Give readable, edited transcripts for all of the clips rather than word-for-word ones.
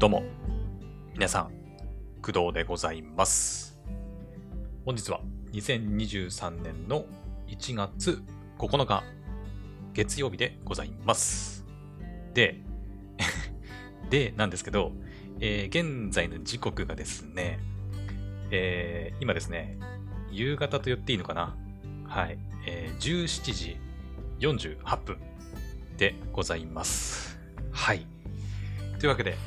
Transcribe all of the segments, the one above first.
どうも、皆さん、工藤でございます。本日は2023年の1月9日、月曜日でございます。で、なんですけど、現在の時刻がですね、今ですね、夕方と言っていいのかな。はい、17時48分でございます。はい。というわけで、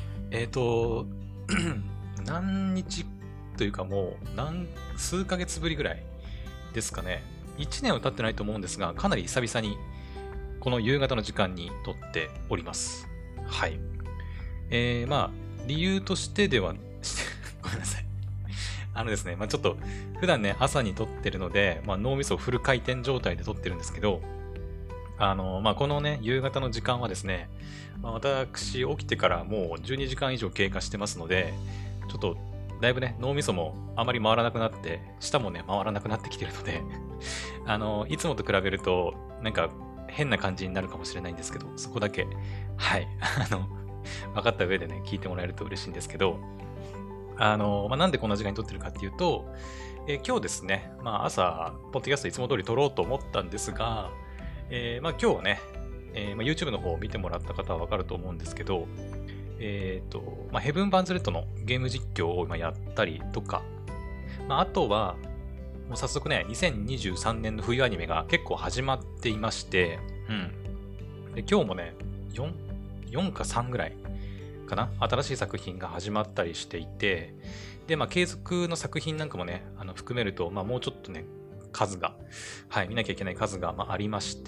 何日というかもう数ヶ月ぶりぐらいですかね。1年は経ってないと思うんですが、かなり久々にこの夕方の時間に撮っております。はい。まあ、理由としてでは、ごめんなさい。ですね、ちょっと普段ね、朝に撮ってるので、脳みそフル回転状態で撮ってるんですけど、このね、夕方の時間はですね、私起きてからもう12時間以上経過してますので、ちょっとだいぶね、脳みそもあまり回らなくなって、舌もね、回らなくなってきてるので、いつもと比べると、なんか変な感じになるかもしれないんですけど、そこだけ、はい、分かった上でね、聞いてもらえると嬉しいんですけど、なんでこんな時間に撮ってるかっていうと、今日ですね、朝、ポッドキャストいつも通り撮ろうと思ったんですが、今日はね、YouTube の方を見てもらった方はわかると思うんですけど、ヘブン・バンズ・レッドのゲーム実況を今やったりとか、あとは、もう早速ね、2023年の冬アニメが結構始まっていまして、で今日もね、4か3ぐらいかな、新しい作品が始まったりしていて、で、継続の作品なんかもね、含めると、もうちょっとね、数が、見なきゃいけない数がありまして、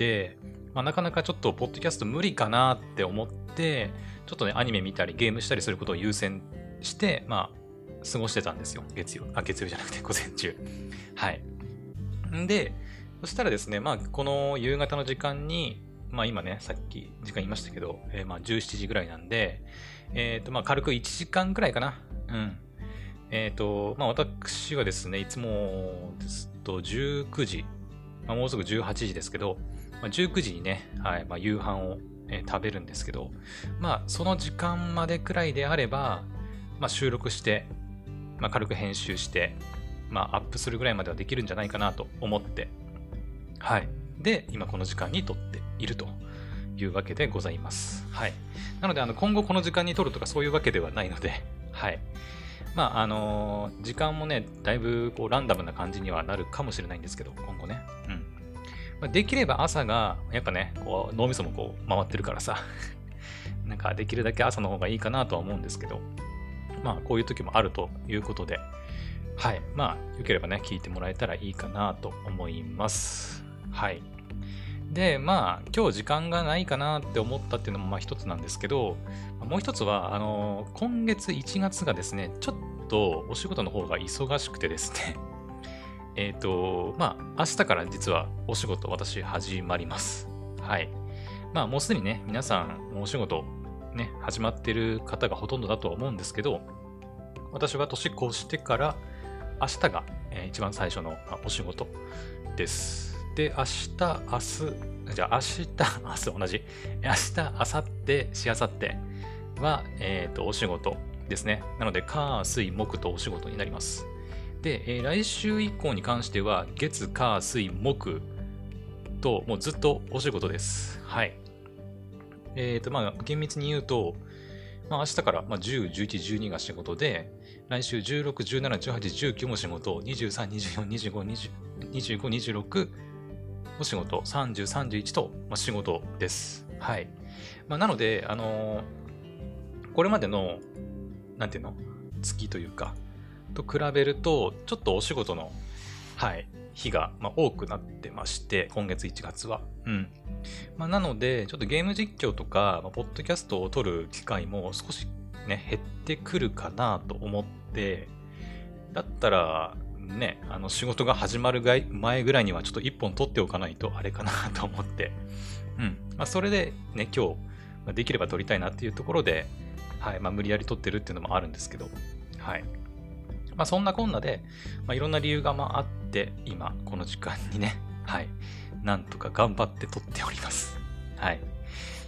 なかなかちょっとポッドキャスト無理かなって思って、ちょっとね、アニメ見たりゲームしたりすることを優先して、過ごしてたんですよ。月曜じゃなくて午前中。はい。で、そしたらですね、この夕方の時間に、今ね、さっき時間言いましたけど、17時ぐらいなんで、軽く1時間くらいかな。私はですね、いつもですと19時、もうすぐ18時ですけど、19時にね、夕飯を、食べるんですけど、その時間までくらいであれば、収録して、軽く編集して、アップするぐらいまではできるんじゃないかなと思って、はい。で、今この時間に撮っているというわけでございます。はい。なので、今後この時間に撮るとかそういうわけではないので、はい。時間もね、だいぶこうランダムな感じにはなるかもしれないんですけど、今後ね。できれば朝が、やっぱね、こう脳みそもこう回ってるからさ、なんかできるだけ朝の方がいいかなとは思うんですけど、こういう時もあるということで、はい。よければね、聞いてもらえたらいいかなと思います。はい。で、今日時間がないかなって思ったっていうのも一つなんですけど、もう一つは、今月1月がですね、ちょっとお仕事の方が忙しくてですね、明日から実はお仕事私始まります。はい。もうすでにね、皆さんお仕事ね、始まってる方がほとんどだとは思うんですけど、私は年越してから明日が、一番最初のお仕事です。で、明日、同じ。明日、明日、明後日、しあさっては、お仕事ですね。なので、火、水、木とお仕事になります。で、来週以降に関しては、月、火、水、木と、もうずっとお仕事です。はい。厳密に言うと、明日から、10、11、12が仕事で、来週16、17、18、19も仕事、23、24、25、25、26お仕事、30、31と、仕事です。はい。なので、これまでの、なんていうの月というか、と比べると、ちょっとお仕事の、日が、多くなってまして、今月1月は。なので、ちょっとゲーム実況とか、ポッドキャストを撮る機会も少しね、減ってくるかなと思って、だったら、ね、仕事が始まる前ぐらいにはちょっと一本取っておかないとあれかなと思って、それでね、今日、できれば撮りたいなっていうところで、無理やり撮ってるっていうのもあるんですけど、そんなこんなで、いろんな理由があって、今、この時間にね、なんとか頑張って撮っております。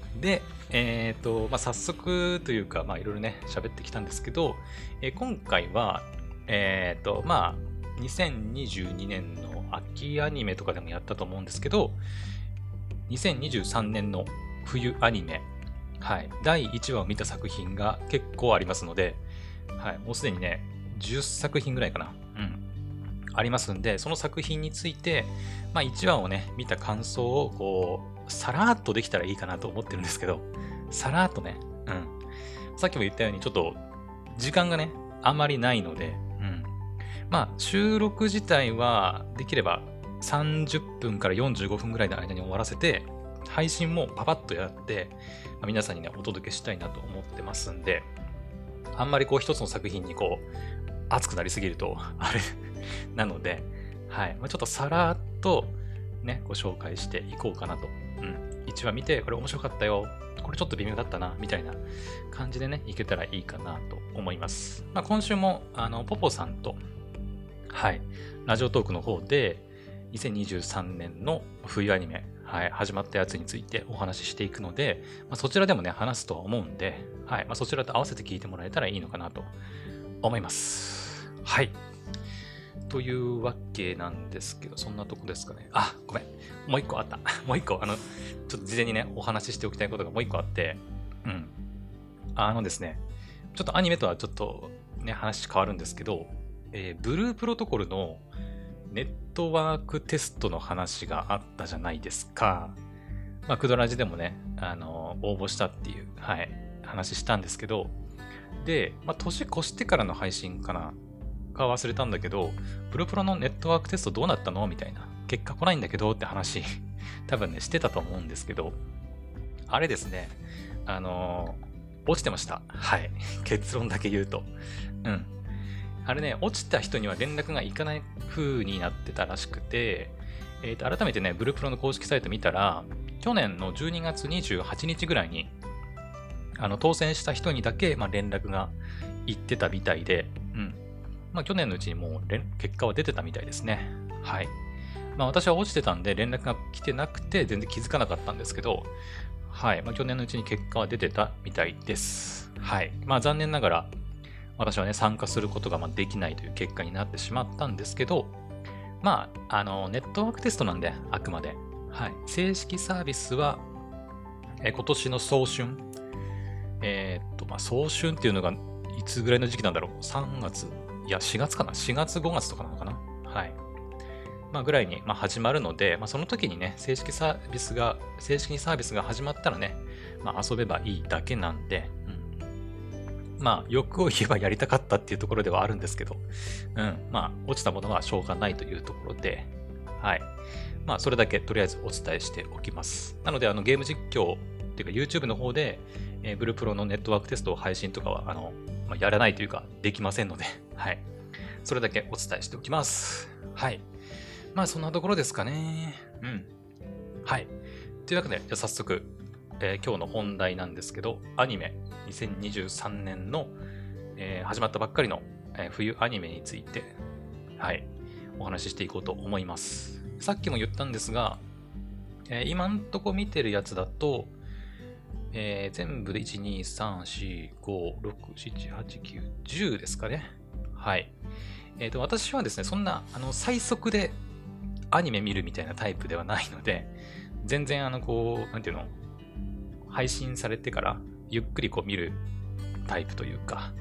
で、早速というか、いろいろね、喋ってきたんですけど、今回は、2022年の秋アニメとかでもやったと思うんですけど、2023年の冬アニメ、はい、第1話を見た作品が結構ありますので、はい、もうすでにね、10作品ぐらいかな。ありますんで、その作品について、1話をね、見た感想を、こう、さらっとできたらいいかなと思ってるんですけど、さらっとね、さっきも言ったように、ちょっと、時間がね、あまりないので、収録自体は、できれば30分から45分ぐらいの間に終わらせて、配信もパパッとやって、皆さんにね、お届けしたいなと思ってますんで、あんまりこう一つの作品にこう、熱くなりすぎると、あれなので、はい。ちょっとさらっとね、ご紹介していこうかなと。1話見て、これ面白かったよ。これちょっと微妙だったな、みたいな感じでね、いけたらいいかなと思います。今週も、ポポさんと、はい。ラジオトークの方で、2023年の冬アニメ、はい、始まったやつについてお話ししていくので、そちらでもね、話すとは思うんで、はい。そちらと合わせて聞いてもらえたらいいのかなと思います。はい。というわけなんですけど、そんなとこですかね。あ、ごめん。もう一個あった。もう一個、ちょっと事前にね、お話ししておきたいことがもう一個あって、ですね、ちょっとアニメとはちょっとね、話変わるんですけど、ブループロトコルのネットワークテストの話があったじゃないですか。クドラジでもね、応募したっていう、はい、話したんですけど、で、年越してからの配信かなか忘れたんだけど、プロプロのネットワークテストどうなったのみたいな。結果来ないんだけどって話、多分ね、してたと思うんですけど、あれですね、落ちてました。はい。結論だけ言うと。あれね、落ちた人には連絡がいかない風になってたらしくて、改めてね、ブループロの公式サイト見たら、去年の12月28日ぐらいに、当選した人にだけ、連絡が行ってたみたいで、去年のうちにもう結果は出てたみたいですね。はい。私は落ちてたんで連絡が来てなくて全然気づかなかったんですけど、はい。去年のうちに結果は出てたみたいです。はい。残念ながら私はね、参加することができないという結果になってしまったんですけど、ネットワークテストなんで、あくまで。はい。正式サービスは、今年の早春。早春っていうのがいつぐらいの時期なんだろう。3月。いや、4月かな ?4 月、5月とかなのかなはい。ぐらいに、始まるので、その時にね、正式にサービスが始まったらね、遊べばいいだけなんで、欲を言えばやりたかったっていうところではあるんですけど、落ちたものはしょうがないというところで、はい。それだけとりあえずお伝えしておきます。なので、ゲーム実況っていうか YouTube の方で、ブループロのネットワークテストを配信とかは、やらないというか、できませんので、はい。それだけお伝えしておきます。はい。そんなところですかね。はい。というわけで、じゃあ早速、今日の本題なんですけど、アニメ2023年の、始まったばっかりの、冬アニメについて、はい、お話ししていこうと思います。さっきも言ったんですが、今んとこ見てるやつだと、全部で1、2、3、4、5、6、7、8、9、10ですかね。はい。私はですね、そんな、最速でアニメ見るみたいなタイプではないので、全然、なんていうの、配信されてからゆっくり見るタイプというか、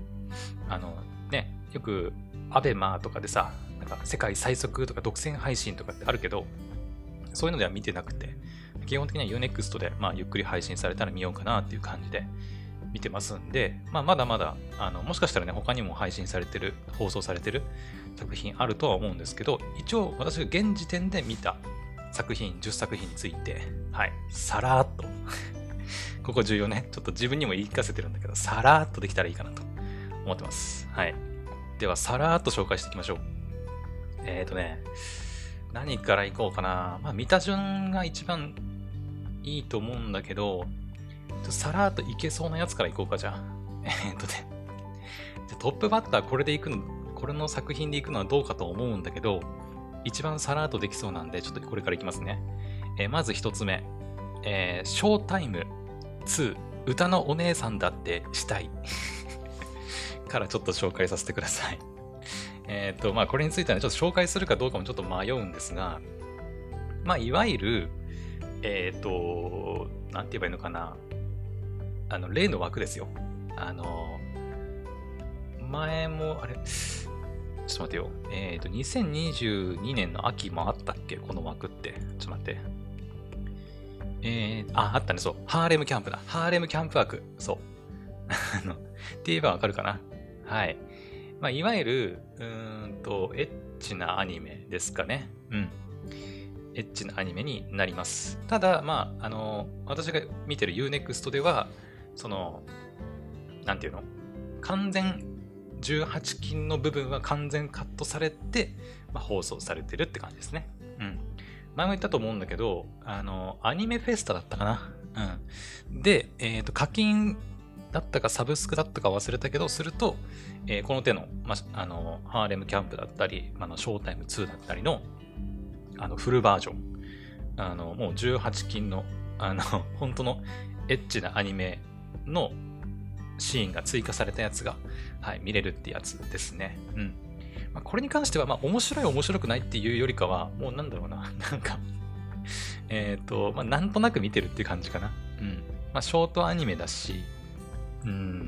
よくアベマとかでさ、なんか世界最速とか独占配信とかってあるけど、そういうのでは見てなくて、基本的には Unext で、ゆっくり配信されたら見ようかなっていう感じで見てますんで、まだまだ、もしかしたらね、他にも配信されてる、放送されてる作品あるとは思うんですけど、一応私が現時点で見た作品、10作品について、はい、さらーっとここ重要ね。ちょっと自分にも言い聞かせてるんだけど、さらーっとできたらいいかなと思ってます。はい。では、さらーっと紹介していきましょう。何からいこうかな。見た順が一番いいと思うんだけど、さらーっといけそうなやつからいこうか、じゃあ。トップバッターこれの作品でいくのはどうかと思うんだけど、一番さらーっとできそうなんで、ちょっとこれからいきますね。まず一つ目。ショータイム 2、歌のお姉さんだってしたいからちょっと紹介させてください。まあこれについてはね、ちょっと紹介するかどうかもちょっと迷うんですが、まあいわゆる、なんて言えばいいのかな。例の枠ですよ。前も、あれ、ちょっと待ってよ。2022年の秋もあったっけこの枠って。ちょっと待って。あったね、そう。ハーレムキャンプだ。ハーレムキャンプ枠。そう。って言えばわかるかな。はい。まあ、いわゆる、エッチなアニメですかね。うん。エッチなアニメになります。ただ、まあ、私が見てる Unext では、なんていうの完全18禁の部分は完全カットされて、まあ、放送されてるって感じですね。うん。前も言ったと思うんだけど、アニメフェスタだったかな。うん。で、課金だったかサブスクだったか忘れたけど、すると、この手の、まあ、ハーレムキャンプだったり、ショータイム2だったりの、フルバージョン。もう18禁の、本当のエッチなアニメのシーンが追加されたやつが、はい、見れるってやつですね。うん。まあ、これに関しては、まあ、面白い面白くないっていうよりかは、もうなんだろうな。なんかまあ、なんとなく見てるっていう感じかな。うん。まあ、ショートアニメだし、うん。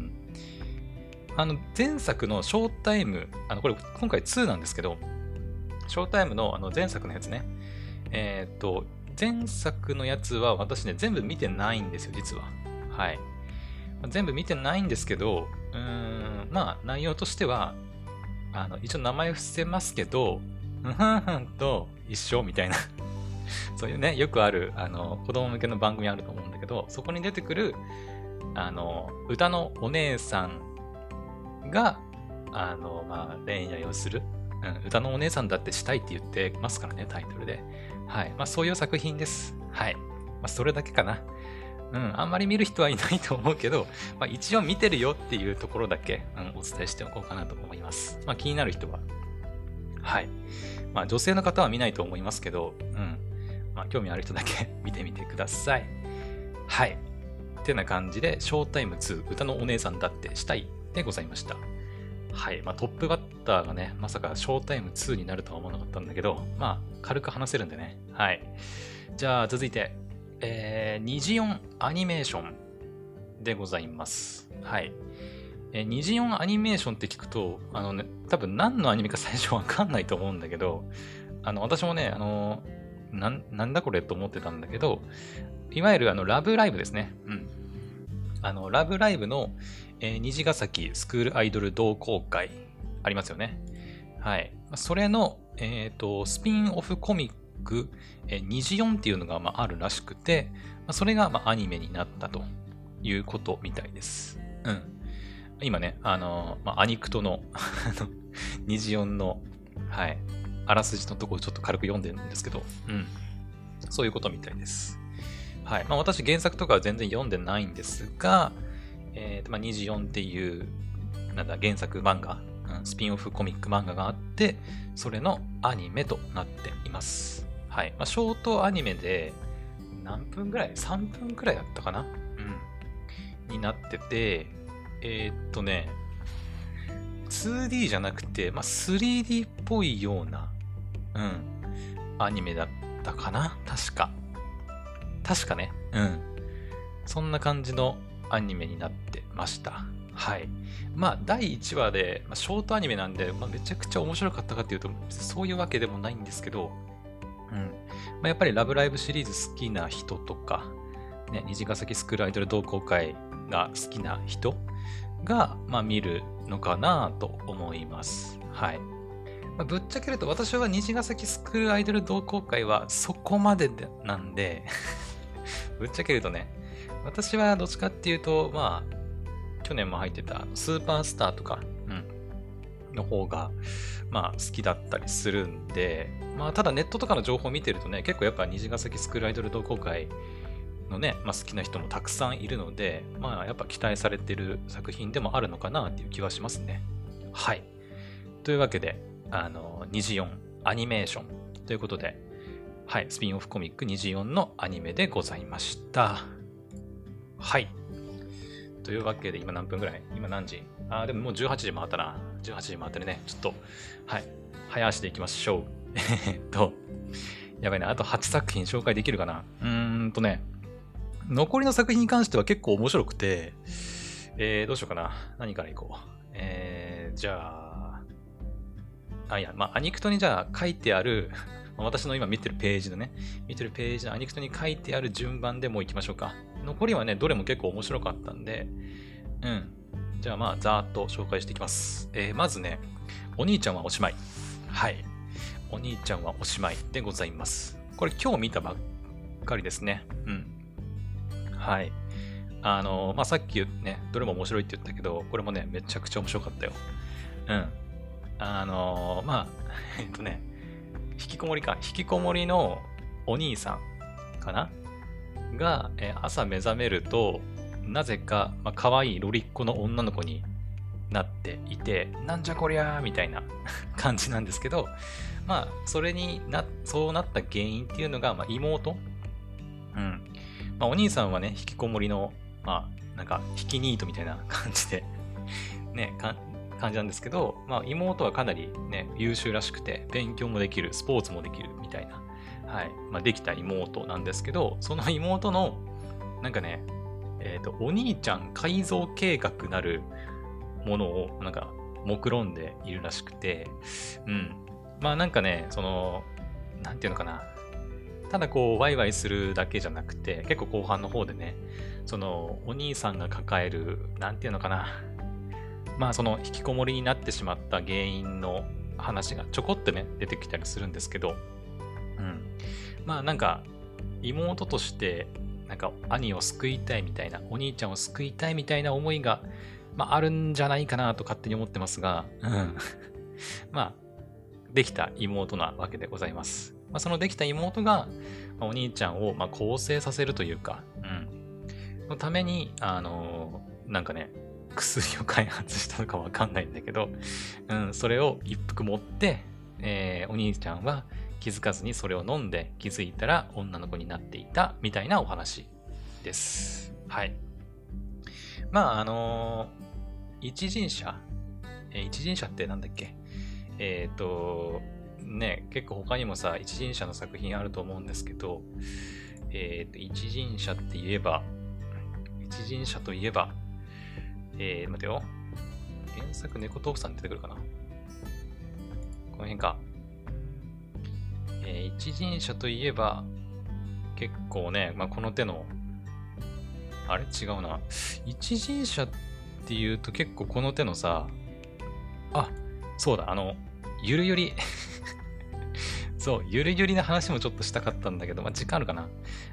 前作のショータイム、これ今回2なんですけど、ショータイムの前作のやつね。前作のやつは私ね、全部見てないんですよ、実は。はい。全部見てないんですけど、まあ、内容としては、一応名前伏せますけど、ふんふんと一緒みたいなそういうね、よくある、子供向けの番組あると思うんだけど、そこに出てくる、歌のお姉さんが、まあ、恋愛をする。歌のお姉さんだってしたいって言ってますからね、タイトルで。はい。まあ、そういう作品です。はい。まあ、それだけかな。あんまり見る人はいないと思うけど、まあ、一応見てるよっていうところだけ、お伝えしておこうかなと思います。まあ、気になる人は。はい。まあ、女性の方は見ないと思いますけど、まあ、興味ある人だけ見てみてください。はい。ってな感じで、ショータイム2、歌のお姉さんだってしたいでございました。はい。まあ、トップバッターがね、まさかショータイム2になるとは思わなかったんだけど、まあ、軽く話せるんでね。はい。じゃあ、続いて、虹音アニメーションでございます。はい。虹音アニメーションって聞くと、多分何のアニメか最初わかんないと思うんだけど、私もね、なんだこれと思ってたんだけど、いわゆるラブライブですね。ラブライブの、虹ヶ崎スクールアイドル同好会ありますよね。はい。それの、スピンオフコミック、虹音っていうのが、まあ、あるらしくて、それが、まあ、アニメになったということみたいです。今ね、まあ、アニクトの虹音の、はい、あらすじのところをちょっと軽く読んでるんですけど、そういうことみたいです。はい。まあ、私原作とかは全然読んでないんですが、まあ、24っていう、なんだ、原作漫画、スピンオフコミック漫画があって、それのアニメとなっています。はい。まあ、ショートアニメで、何分ぐらい ?3 分くらいだったかなになってて、2D じゃなくて、まあ、3D っぽいような、アニメだったかな確か。確かね。そんな感じのアニメになってました。はい。まあ、第1話で、まあ、ショートアニメなんで、まあ、めちゃくちゃ面白かったかっていうと、そういうわけでもないんですけど、まあ、やっぱりラブライブシリーズ好きな人とか、ね、虹ヶ崎スクールアイドル同好会が好きな人が、まあ、見るのかなと思います。はい。まあ、ぶっちゃけると私は虹ヶ崎スクールアイドル同好会はそこまでなんでぶっちゃけるとね、私はどっちかっていうと、まあ、去年も入ってたスーパースターとか、の方が、まあ、好きだったりするんで、まあ、ただネットとかの情報を見てるとね、結構やっぱ虹ヶ崎スクールアイドル同好会のね、まあ、好きな人もたくさんいるので、まあ、やっぱ期待されてる作品でもあるのかなっていう気はしますね。はい。というわけで、虹4アニメーションということで、はい、スピンオフコミック虹4のアニメでございました。 はい。というわけで、今何分ぐらい？今何時？でももう18時回ったな。18時回ってるね。ちょっと、はい。早足でいきましょう。やばいな。あと8作品紹介できるかな。残りの作品に関しては結構面白くて、どうしようかな。何からいこう。じゃあ、いや、アニクトにじゃあ書いてある、私の今見てるページのアニクトに書いてある順番でもう行きましょうか。残りはね、どれも結構面白かったんで、じゃあざーっと紹介していきます。まずね、お兄ちゃんはおしまい。はい。お兄ちゃんはおしまいでございます。これ今日見たばっかりですね。はい。さっきね、どれも面白いって言ったけど、これもね、めちゃくちゃ面白かったよ。引きこもりか。引きこもりのお兄さんかなが、朝目覚めると、なぜか、可愛いロリッコの女の子になっていて、なんじゃこりゃーみたいな感じなんですけど、そうなった原因っていうのが、妹。お兄さんはね、引きこもりの、引きニートみたいな感じでね、感じなんですけど、妹はかなりね、優秀らしくて、勉強もできる、スポーツもできるみたいな、はい。できた妹なんですけど、その妹の、お兄ちゃん改造計画なるものを、目論んでいるらしくて、なんていうのかな。ただワイワイするだけじゃなくて、結構後半の方でね、お兄さんが抱える、なんていうのかな。引きこもりになってしまった原因の話がちょこっとね、出てきたりするんですけど、妹として、兄を救いたいみたいな、お兄ちゃんを救いたいみたいな思いが、あるんじゃないかなと勝手に思ってますが、できた妹なわけでございます。そのできた妹が、お兄ちゃんを、更生させるというか、のために、薬を開発したのかわかんないんだけど、それを一服持って、お兄ちゃんは気づかずにそれを飲んで気づいたら女の子になっていたみたいなお話です。はい。一人者一人者ってなんだっけ結構他にもさ、一人者の作品あると思うんですけど、一人者といえば、待てよ。原作猫トークさん出てくるかなこの辺か。一人者といえば、結構ね、この手の、あれ違うな。一人者っていうと結構この手のさ、そうだ、ゆるゆり。そう、ゆるゆりな話もちょっとしたかったんだけど、時間あるかな。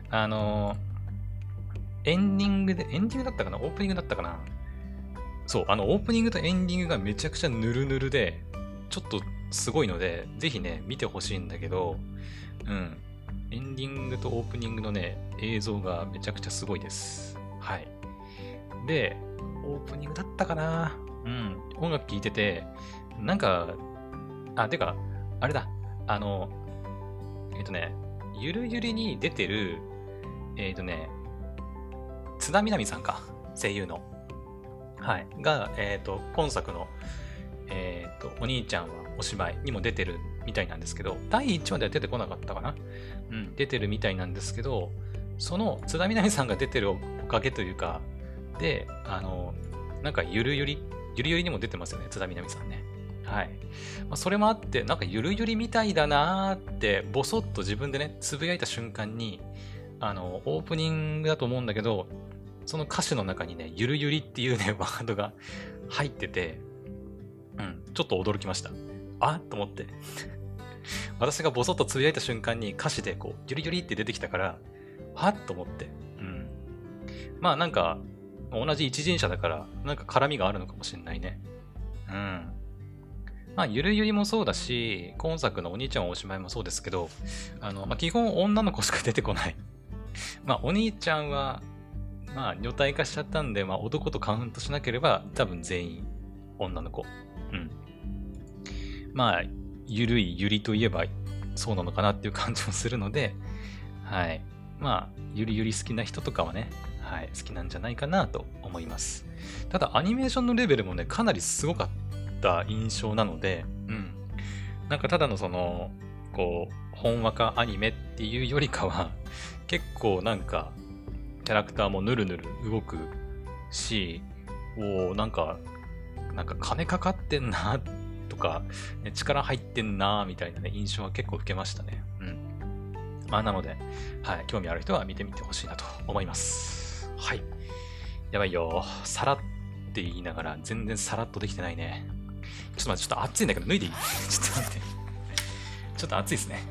エンディングだったかなオープニングだったかなそう、オープニングとエンディングがめちゃくちゃヌルヌルで、ちょっとすごいので、ぜひね、見てほしいんだけど、エンディングとオープニングのね、映像がめちゃくちゃすごいです。はい。で、オープニングだったかな音楽聴いてて、てか、あれだ、ゆるゆりに出てる、津田みなみさんか、声優の。はい。が、今作の、お兄ちゃんはお芝居にも出てるみたいなんですけど、第1話では出てこなかったかな出てるみたいなんですけど、その津田みなみさんが出てるおかげというか、で、ゆるゆりにも出てますよね、津田みなみさんね。はい。それもあって、ゆるゆりみたいだなーって、ぼそっと自分でね、つぶやいた瞬間に、オープニングだと思うんだけど、その歌詞の中にね、ゆるゆりっていうね、ワードが入ってて、ちょっと驚きました。と思って。私がボソッとつぶやいた瞬間に歌詞でゆるゆりって出てきたから、と思って。同じ一人者だから、絡みがあるのかもしれないね。ゆるゆりもそうだし、今作のお兄ちゃんはおしまいもそうですけど、基本女の子しか出てこない。お兄ちゃんは、女体化しちゃったんで、男とカウントしなければ、多分全員女の子。ゆるいゆりといえば、そうなのかなっていう感じもするので、はい。ゆりゆり好きな人とかはね、 はい、好きなんじゃないかなと思います。ただ、アニメーションのレベルもね、かなりすごかった印象なので、なんかただのこう、ほんわかアニメっていうよりかは、結構なんか、キャラクターもぬるぬる動くし、なんか金かかってんな、とか、ね、力入ってんな、みたいなね、印象は結構受けましたね。まあ、なので、はい、興味ある人は見てみてほしいなと思います。はい。やばいよ。さらって言いながら、全然さらっとできてないね。ちょっと待って、ちょっと暑いんだけど、脱いでいいちょっと待って。ちょっと暑いですね。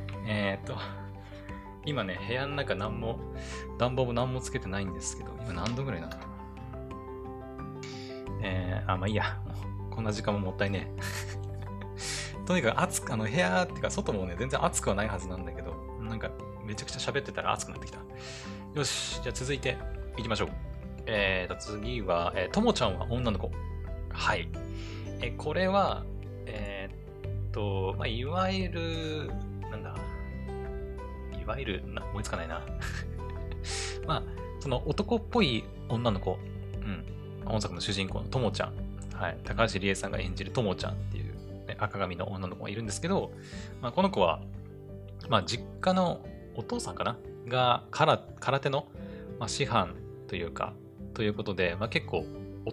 今ね、部屋の中暖房も何もつけてないんですけど、今何度ぐらいなの？まあいいや。こんな時間ももったいねえ。とにかく部屋っていうか、外もね、全然暑くはないはずなんだけど、なんか、めちゃくちゃ喋ってたら暑くなってきた。よし、じゃあ続いていきましょう。次は、ともちゃんは女の子。はい。これは、まあ、いわゆる、思いつかないな。まあ、その男っぽい女の子、本作の主人公のともちゃん、はい、高橋理恵さんが演じるともちゃんっていう、ね、赤髪の女の子がいるんですけど、まあ、この子は、まあ、実家のお父さんかなが空手の、まあ、師範というか、ということで、まあ、結構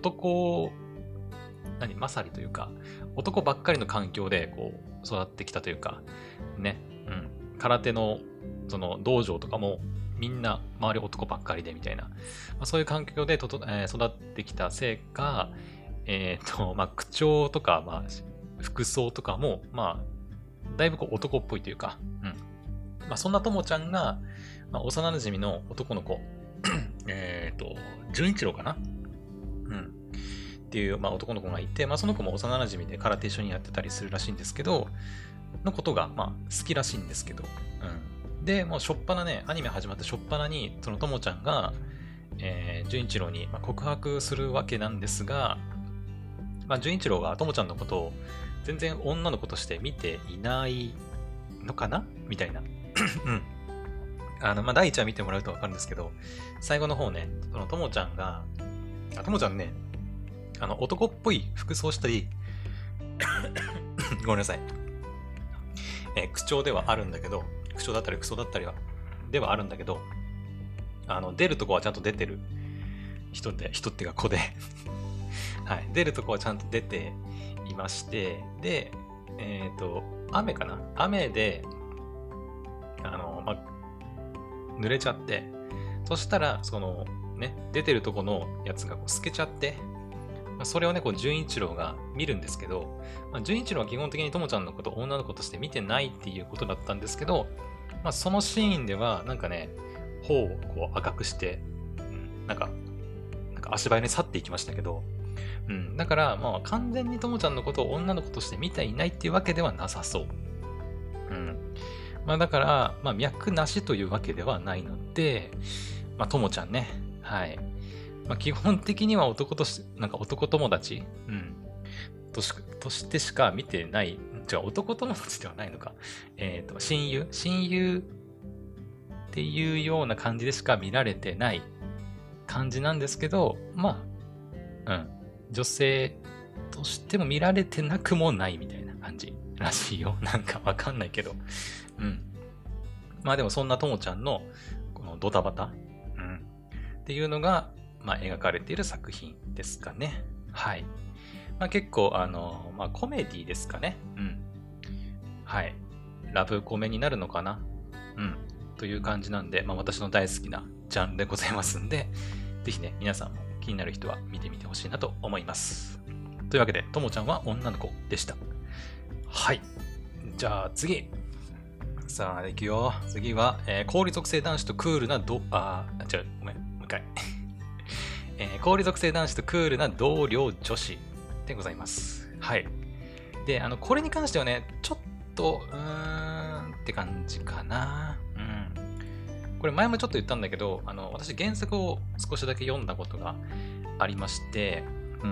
勝りというか、男ばっかりの環境でこう育ってきたというか、ね、空手のその道場とかもみんな周り男ばっかりでみたいな、まあ、そういう環境で育ってきたせいか、まあ、口調とか、まあ、服装とかも、まあ、だいぶこう男っぽいというか、まあ、そんなともちゃんが、まあ、幼馴染の男の子、純一郎かなっていう、まあ、男の子がいて、まあ、その子も幼馴染で空手一緒にやってたりするらしいんですけど、のことが、まあ、好きらしいんですけど、で、もうしょっぱなね、アニメ始まってしょっぱなに、そのともちゃんが、純一郎に、まあ、告白するわけなんですが、まあ、純一郎がともちゃんのことを全然女の子として見ていないのかなみたいな。まあ、第1話見てもらうとわかるんですけど、最後の方ね、そのともちゃんが、ともちゃんね、男っぽい服装したり、ごめんなさい。口調ではあるんだけど、口調だったり服装だったりではあるんだけど、出るとこはちゃんと出てる人っていうか子で、はい、出るとこはちゃんと出ていまして、で、雨かな雨で、まあ、濡れちゃって、そしたら、出てるとこのやつがこう透けちゃって、まあ、それをね、こう、純一郎が見るんですけど、まあ、純一郎は基本的にともちゃんのことを女の子として見てないっていうことだったんですけど、まあ、そのシーンでは、なんかね、頬をこう赤くして、なんか足早に去っていきましたけど、だから、まあ、完全にともちゃんのことを女の子として見ていないっていうわけではなさそう。まあ、だから、まあ、脈なしというわけではないので、まあ、ともちゃんね、はい。まあ、基本的には男友達、としてしか見てない、男友達ではないのか。親友っていうような感じでしか見られてない感じなんですけど、まあ、女性としても見られてなくもないみたいな感じらしいよ。なんかわかんないけど。まあでもそんなともちゃんのこのドタバタ、っていうのが、まあ、描かれている作品ですかね。はい。まあ、結構まあ、コメディですかね。はい。ラブコメになるのかな。という感じなんで、まあ、私の大好きなジャンルでございますんで、ぜひね、皆さんも気になる人は見てみてほしいなと思います。というわけで、ともちゃんは女の子でした。はい。じゃあ次。さあ、いくよ。次は、氷属性男子とクールなごめん、もう一回。氷属性男子とクールな同僚女子でございます。はい。で、これに関してはね、ちょっと、って感じかな。これ前もちょっと言ったんだけど、私原作を少しだけ読んだことがありまして、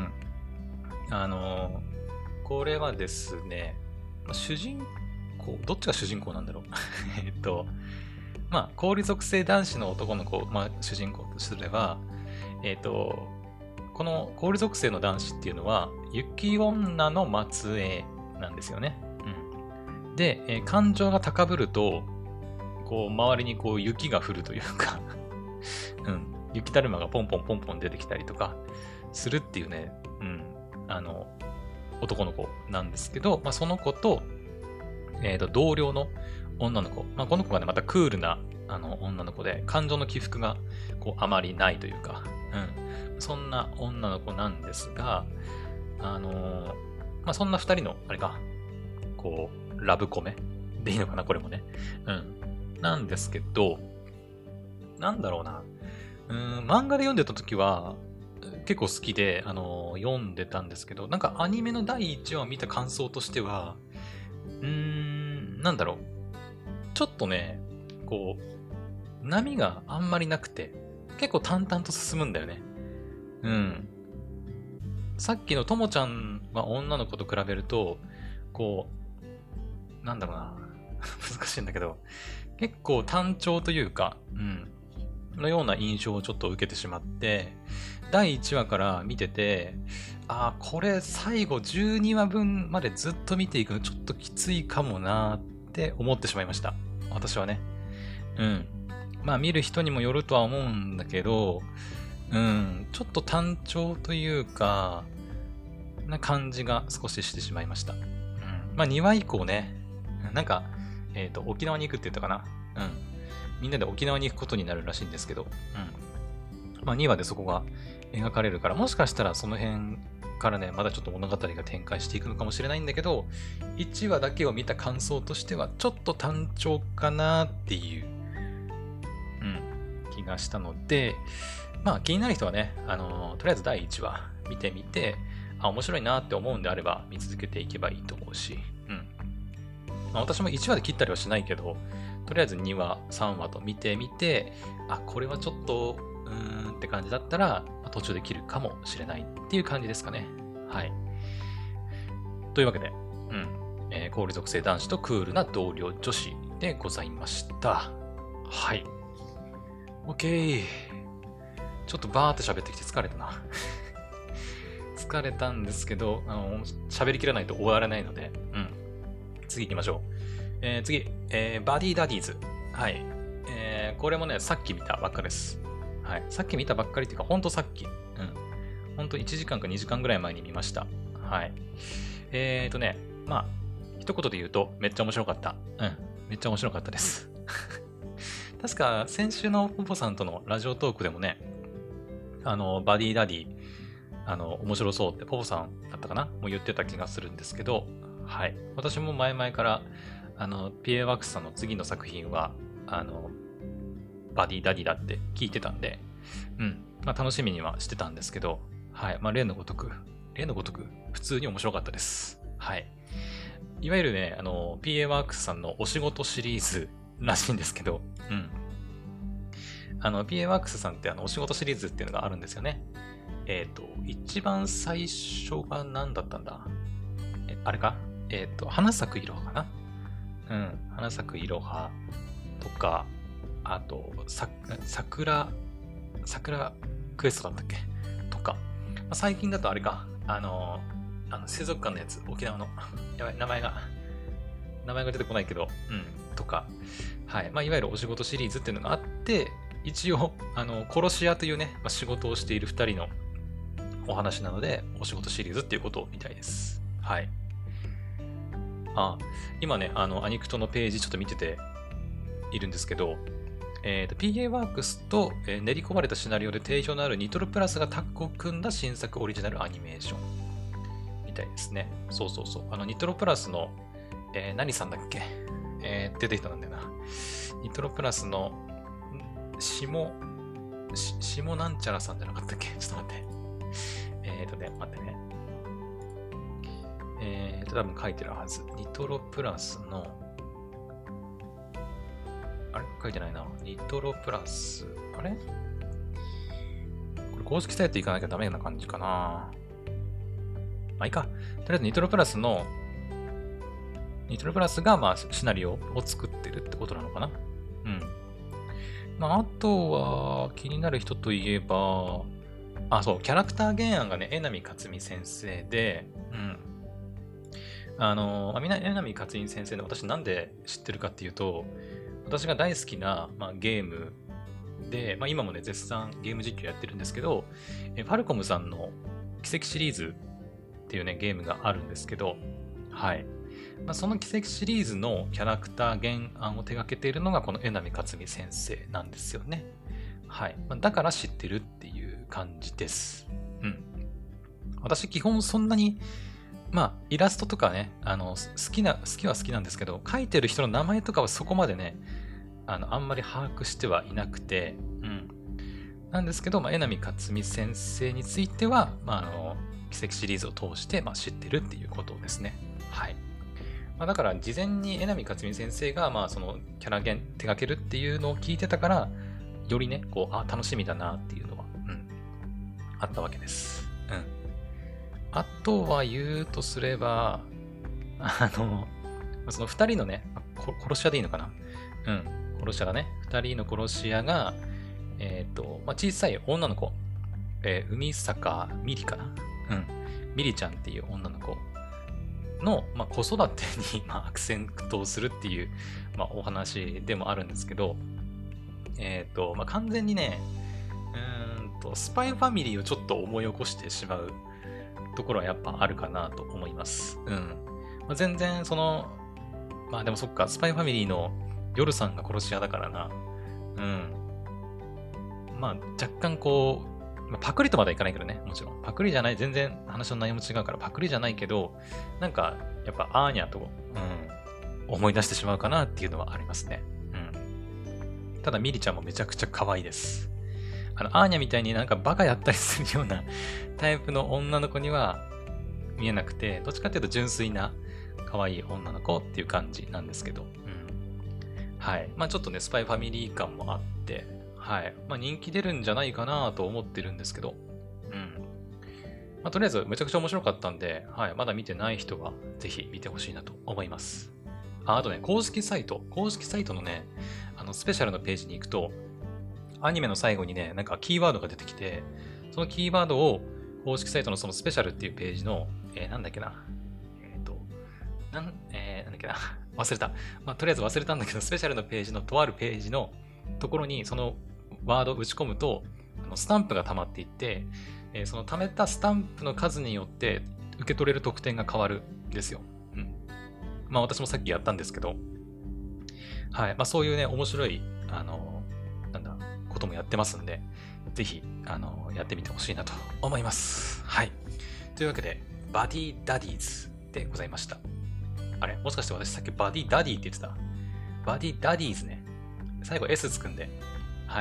これはですね、主人公、どっちが主人公なんだろうまあ、氷属性男子の男の子、まあ、主人公とすれば、 この氷属性の男子っていうのは、雪女の末裔なんですよね。うん。で、感情が高ぶると、こう、周りにこう雪が降るというかうん。雪だるまがポンポンポンポン出てきたりとかするっていうね、うん。男の子なんですけど、まあ、その子と、同僚の女の子。まあ、この子がね、またクールな、女の子で、感情の起伏が、こう、あまりないというか、うん。そんな女の子なんですが、まあ、そんな二人の、あれか、こう、ラブコメでいいのかな、これもね。うん。なんですけど、なんだろうな。漫画で読んでた時は、結構好きで、読んでたんですけど、なんかアニメの第1話を見た感想としては、なんだろう。ちょっとね、こう、波があんまりなくて、結構淡々と進むんだよね。うん。さっきのともちゃんは女の子と比べると、こう、なんだろうな。難しいんだけど、結構単調というか、うん。のような印象をちょっと受けてしまって、第1話から見てて、ああ、これ最後12話分までずっと見ていくのちょっときついかもなーって思ってしまいました。私はね。うん。まあ見る人にもよるとは思うんだけど、うん、ちょっと単調というか、な感じが少ししてしまいました。うん。まあ2話以降ね、なんか、沖縄に行くって言ったかな。うん。みんなで沖縄に行くことになるらしいんですけど、うん。まあ2話でそこが描かれるから、もしかしたらその辺からね、まだちょっと物語が展開していくのかもしれないんだけど、1話だけを見た感想としては、ちょっと単調かなっていう、うん、気がしたので、まあ気になる人はね、とりあえず第1話見てみて、あ、面白いなって思うんであれば見続けていけばいいと思うし、うん。まあ、私も1話で切ったりはしないけど、とりあえず2話、3話と見てみて、あ、これはちょっと、って感じだったら、途中で切るかもしれないっていう感じですかね。はい。というわけで、うん。氷属性男子とクールな同僚女子でございました。はい。OK。ちょっとバーって喋ってきて疲れたな。疲れたんですけど、喋りきらないと終わらないので、うん。次行きましょう。次、バディダディーズ。はい。これもね、さっき見たばっかです。はい。さっき見たばっかりっていうか、ほんとさっき。うん。ほんと1時間か2時間ぐらい前に見ました。はい。まあ、一言で言うと、めっちゃ面白かった。うん。めっちゃ面白かったです。確か、先週のポポさんとのラジオトークでもね、バディダディ、面白そうってポポさんだったかなもう言ってた気がするんですけど、はい。私も前々から、PA ワークスさんの次の作品は、バディダディだって聞いてたんで、うん。まあ楽しみにはしてたんですけど、はい。まあ例のごとく、普通に面白かったです。はい。いわゆるね、PA ワークスさんのお仕事シリーズらしいんですけど、うん。PA ワークスさんってお仕事シリーズっていうのがあるんですよね。一番最初が何だったんだあれか花咲くいろはかなうん。花咲くいろはとか、あと、桜クエストだったっけとか。まあ、最近だとあれか。水族館のやつ、沖縄の。やばい、名前が出てこないけど、うん、とか。はい。まあ、いわゆるお仕事シリーズっていうのがあって、一応、殺し屋というね、まあ、仕事をしている二人のお話なので、お仕事シリーズっていうことみたいです。はい。今ね、アニクトのページちょっと見てているんですけど、PA ワークスと、練り込まれたシナリオで定評のあるニトロプラスがタッグを組んだ新作オリジナルアニメーションみたいですね。そうそうそう。ニトロプラスの、何さんだっけ出てきたんだよな。ニトロプラスの、下なんちゃらさんじゃなかったっけちょっと待って。待ってね。多分書いてるはず。ニトロプラスの、あれ書いてないな。ニトロプラス、あれこれ公式サイト行かなきゃダメな感じかな。まあいいか。とりあえずニトロプラスがまあシナリオを作ってるってことなのかな。うん。まああとは気になる人といえば、 そう、キャラクター原案がね、江波克美先生で、みんな江波克美先生の私なんで知ってるかっていうと、私が大好きな、ゲームで、今もね、絶賛ゲーム実況やってるんですけど、ファルコムさんの奇跡シリーズっていうね、ゲームがあるんですけど、はい。その奇跡シリーズのキャラクター原案を手掛けているのがこの江波克美先生なんですよね。はい。だから知ってるっていう感じです。私基本そんなに、イラストとかね、好きは好きなんですけど、書いてる人の名前とかはそこまでね、あんまり把握してはいなくて、なんですけど、江波克美先生については、奇跡シリーズを通して、知ってるっていうことですね。はい。だから、事前に江波克美先生が、そのキャラ手掛けるっていうのを聞いてたから、よりね、楽しみだなっていうのは、あったわけです。あとは言うとすれば、その二人のね、殺し屋でいいのかな？殺し屋がね、二人の殺し屋が、小さい女の子、海坂みりかな？みりちゃんっていう女の子の、子育てに、悪戦苦闘するっていう、お話でもあるんですけど、完全にね、スパイファミリーをちょっと思い起こしてしまうところはやっぱあるかなと思います。全然その、でもそっか、スパイファミリーの夜さんが殺し屋だからな。若干パクリとまではいかないけどね、もちろん。パクリじゃない、全然話の内容も違うからパクリじゃないけど、なんか、やっぱアーニャと、思い出してしまうかなっていうのはありますね。ただ、ミリちゃんもめちゃくちゃ可愛いです。アーニャみたいになんかバカやったりするようなタイプの女の子には見えなくて、どっちかっていうと純粋な可愛い女の子っていう感じなんですけど。はい。ちょっとね、スパイファミリー感もあって、はい。人気出るんじゃないかなと思ってるんですけど、とりあえずめちゃくちゃ面白かったんで、はい。まだ見てない人はぜひ見てほしいなと思います。あとね、公式サイトのね、スペシャルのページに行くと、アニメの最後にね、なんかキーワードが出てきて、そのキーワードを公式サイトのそのスペシャルっていうページの、なんだっけな。なんだっけな。忘れた。とりあえず忘れたんだけど、スペシャルのページのとあるページのところにそのワードを打ち込むと、スタンプが溜まっていって、その溜めたスタンプの数によって受け取れる得点が変わるんですよ。私もさっきやったんですけど、はい。そういうね、面白い、こともやってますんで、ぜひ、やってみてほしいなと思います。はい。というわけで、バディダディーズでございました。あれもしかして私さっきバディダディって言ってた？バディダディーズね。最後 S つくんで。はい。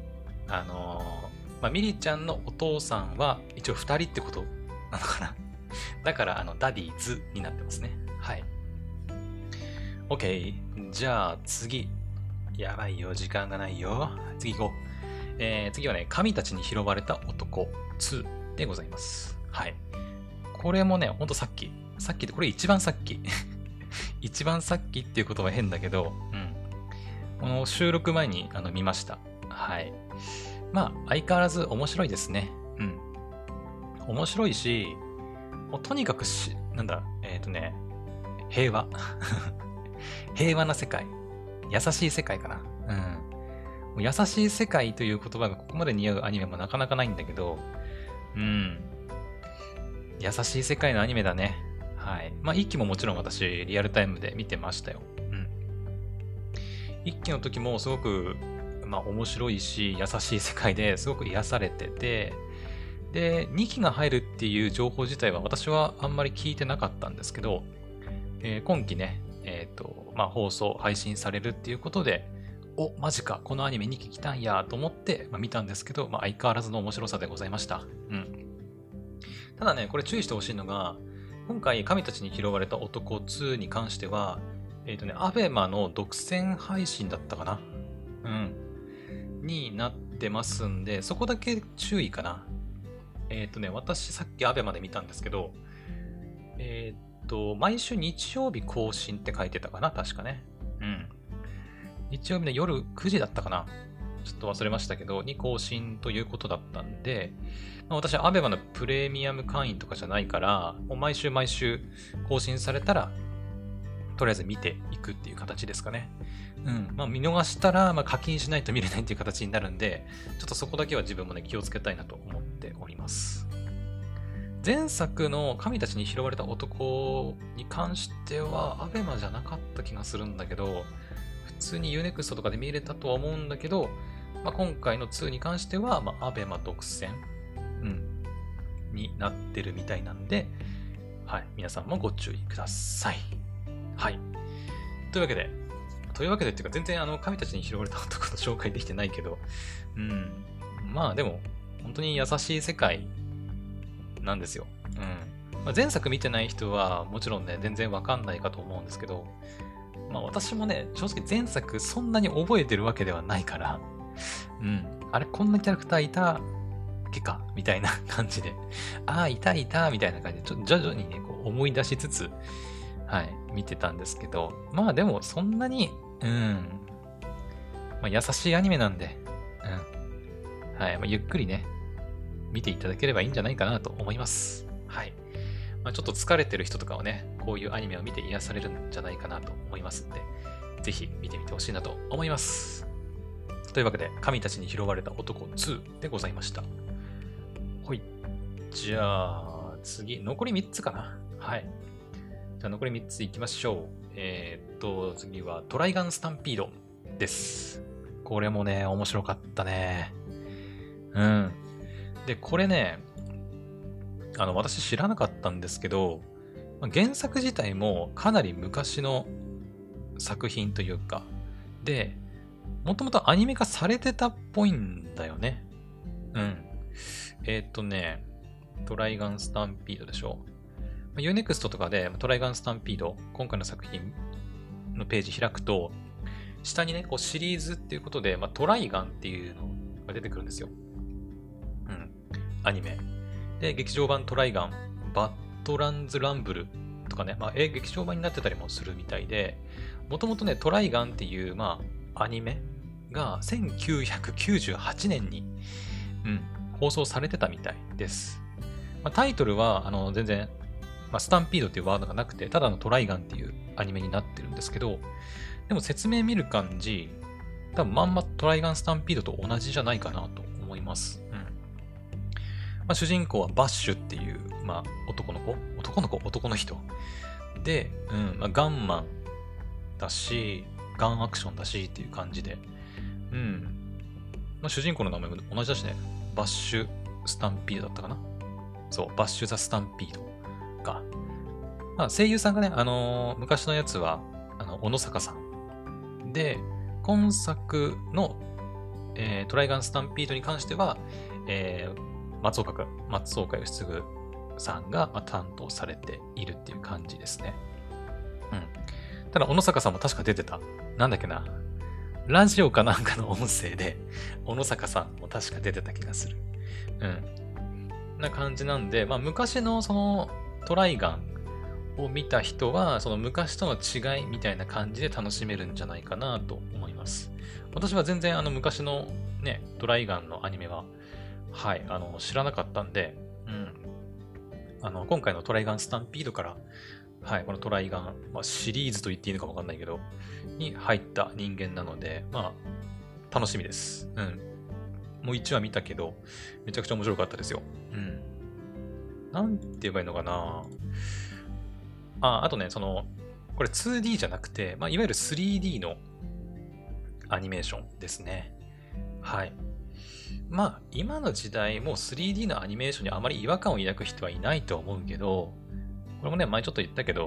ミリちゃんのお父さんは一応二人ってことなのかな。だから、ダディーズになってますね。はい。OK。じゃあ次。やばいよ、時間がないよ。次行こう。次はね、神たちに拾われた男2でございます。はい。これもね、ほんとさっきってこれ一番さっき。一番さっきっていうことは変だけど、この収録前に見ました。はい。相変わらず面白いですね。面白いし、もうとにかく平和。平和な世界。優しい世界かな。もう優しい世界という言葉がここまで似合うアニメもなかなかないんだけど、優しい世界のアニメだね。はい。一期ももちろん私、リアルタイムで見てましたよ。一期の時もすごく、面白いし、優しい世界ですごく癒されてて、で、2期が入るっていう情報自体は私はあんまり聞いてなかったんですけど、今期ね、放送、配信されるっていうことで、マジか、このアニメ2期来たんやと思って、見たんですけど、相変わらずの面白さでございました。ただね、これ注意してほしいのが、今回、神たちに拾われた男2に関しては、アベマの独占配信だったかなになってますんで、そこだけ注意かな。私さっきアベマで見たんですけど、毎週日曜日更新って書いてたかな確かね。日曜日の夜9時だったかなちょっと忘れましたけど、に更新ということだったんで、私はアベマのプレミアム会員とかじゃないから、もう毎週毎週更新されたら、とりあえず見ていくっていう形ですかね。見逃したら、課金しないと見れないっていう形になるんで、ちょっとそこだけは自分もね、気をつけたいなと思っております。前作の神たちに拾われた男に関しては、アベマじゃなかった気がするんだけど、普通に Unext とかで見れたとは思うんだけど、今回の2に関しては、アベマ独占、になってるみたいなんで、はい、皆さんもご注意ください。はい。というわけでっていうか、全然神たちに拾われた男の紹介できてないけど、でも、本当に優しい世界なんですよ。前作見てない人は、もちろんね、全然わかんないかと思うんですけど、私もね、正直前作そんなに覚えてるわけではないから、あれ、こんなキャラクターいたっけかみたいな感じで、いたみたいな感じで、徐々にね、こう思い出しつつ、はい、見てたんですけど、でもそんなに、優しいアニメなんで、はい、ゆっくりね、見ていただければいいんじゃないかなと思います。はい。ちょっと疲れてる人とかはね、こういうアニメを見て癒されるんじゃないかなと思いますんで、ぜひ見てみてほしいなと思います。というわけで、神たちに拾われた男2でございました。はい。じゃあ、次、残り3つかな。はい。じゃあ、残り3ついきましょう。次はトライガンスタンピードです。これもね、面白かったね。で、これね、私知らなかったんですけど、原作自体もかなり昔の作品というか、で、もともとアニメ化されてたっぽいんだよね。トライガンスタンピードでしょ。Unext とかでトライガンスタンピード、今回の作品のページ開くと、下にね、こうシリーズっていうことで、トライガンっていうのが出てくるんですよ。アニメ。で、劇場版トライガン、バッドランズランブルとかね、劇場版になってたりもするみたいで、もともとね、トライガンっていう、アニメが1998年に、放送されてたみたいです。タイトルは、全然、スタンピードっていうワードがなくて、ただのトライガンっていうアニメになってるんですけど、でも説明見る感じ、多分まんまトライガンスタンピードと同じじゃないかなと思います。主人公はバッシュっていう、男の人。で、ガンマンだし、ガンアクションだしっていう感じで。主人公の名前も同じだしね。バッシュスタンピードだったかな。そう、バッシュザスタンピードか。声優さんがね、昔のやつは、小野坂さん。で、今作の、トライガンスタンピードに関しては、松岡義嗣さんが担当されているっていう感じですね。ただ、小野坂さんも確か出てた。なんだっけな。ラジオかなんかの音声で、小野坂さんも確か出てた気がする。な感じなんで、昔のそのトライガンを見た人は、その昔との違いみたいな感じで楽しめるんじゃないかなと思います。私は全然昔のね、トライガンのアニメは、はい、知らなかったんで、今回のトライガンスタンピードから、はい、このトライガン、シリーズと言っていいのかわかんないけど、に入った人間なので、楽しみです。もう1話見たけど、めちゃくちゃ面白かったですよ。なんて言えばいいのかな。あとね、これ 2D じゃなくて、いわゆる 3D のアニメーションですね。はい。今の時代、もう 3D のアニメーションにあまり違和感を抱く人はいないと思うけど、これもね、前ちょっと言ったけど、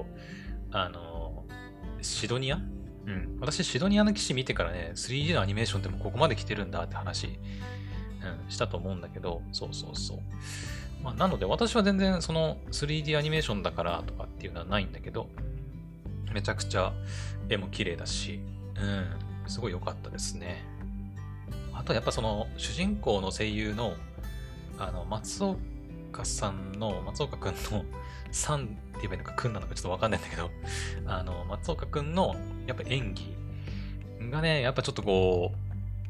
シドニア私、シドニアの騎士見てからね、3D のアニメーションってもうここまで来てるんだって話、したと思うんだけど、そう。なので、私は全然その 3D アニメーションだからとかっていうのはないんだけど、めちゃくちゃ絵も綺麗だし、すごい良かったですね。あとやっぱその主人公の声優の松岡くんのさんって言えばいいのかくんなのかちょっとわかんないんだけど松岡くんのやっぱ演技がね、やっぱちょっとこう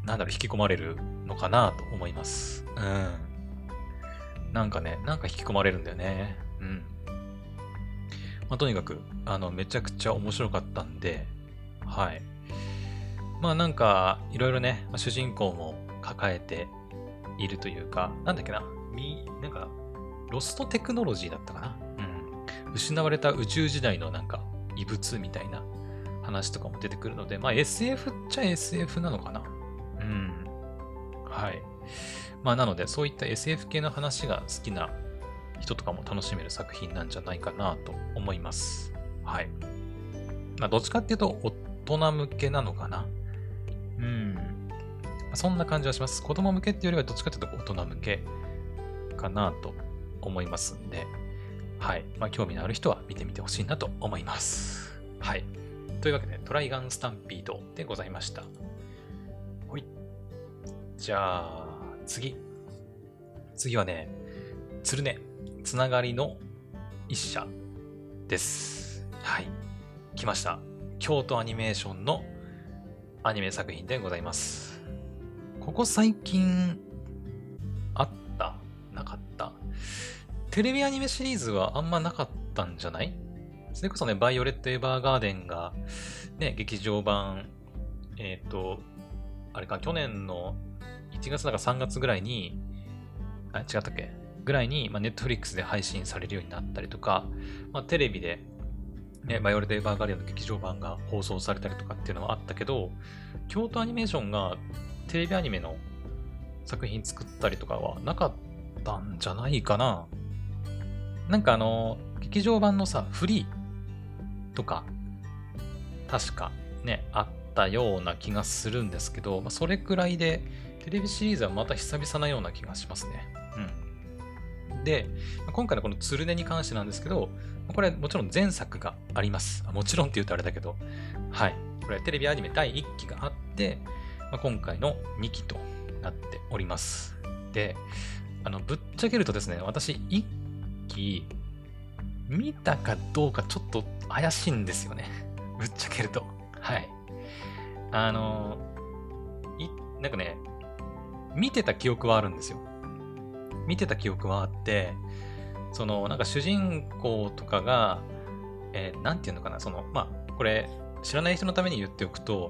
なんだろう、引き込まれるのかなと思います。うん。なんかね、なんか引き込まれるんだよね。うん。まあ、とにかく、めちゃくちゃ面白かったんで、はい。まあなんか、いろいろね、主人公も抱えているというか、なんだっけな、なんか、ロストテクノロジーだったかな。うん。失われた宇宙時代のなんか、遺物みたいな話とかも出てくるので、まあ SF っちゃ SF なのかな。うん。はい。まあなので、そういった SF 系の話が好きな人とかも楽しめる作品なんじゃないかなと思います。はい。まあどっちかっていうと、大人向けなのかな。うん。そんな感じはします。子供向けっていうよりはどっちかというと大人向けかなと思いますんで、はい。まあ、興味のある人は見てみてほしいなと思います。はい。というわけで、トライガンスタンピードでございました。ほい。じゃあ、次はね、つるね、つながりの一社です。はい。来ました。京都アニメーションのアニメ作品でございます。ここ最近、あったなかったテレビアニメシリーズはあんまなかったんじゃない？それこそね、バイオレット・エヴァーガーデンが、ね、劇場版、あれか、去年の1月だか3月ぐらいに、違ったっけぐらいに、まあ、ネットフリックスで配信されるようになったりとか、まあ、テレビで、ね、バイオレット・エヴァーガーデンの劇場版が放送されたりとかっていうのはあったけど、京都アニメーションがテレビアニメの作品作ったりとかはなかったんじゃないかな。なんか劇場版のさ、フリーとか、確かね、あったような気がするんですけど、まあ、それくらいで、テレビシリーズはまた久々なような気がしますね。うん。で、今回のこのツルネに関してなんですけど、これもちろん前作があります。もちろんって言うとあれだけど、はい。これテレビアニメ第1期があって、まあ、今回の2期となっております。で、ぶっちゃけるとですね、私1期見たかどうかちょっと怪しいんですよね。ぶっちゃけると。はい。なんかね、見てた記憶はあるんですよ。見てた記憶はあって、なんか主人公とかが、なんていうのかな、まあ、これ、知らない人のために言っておくと、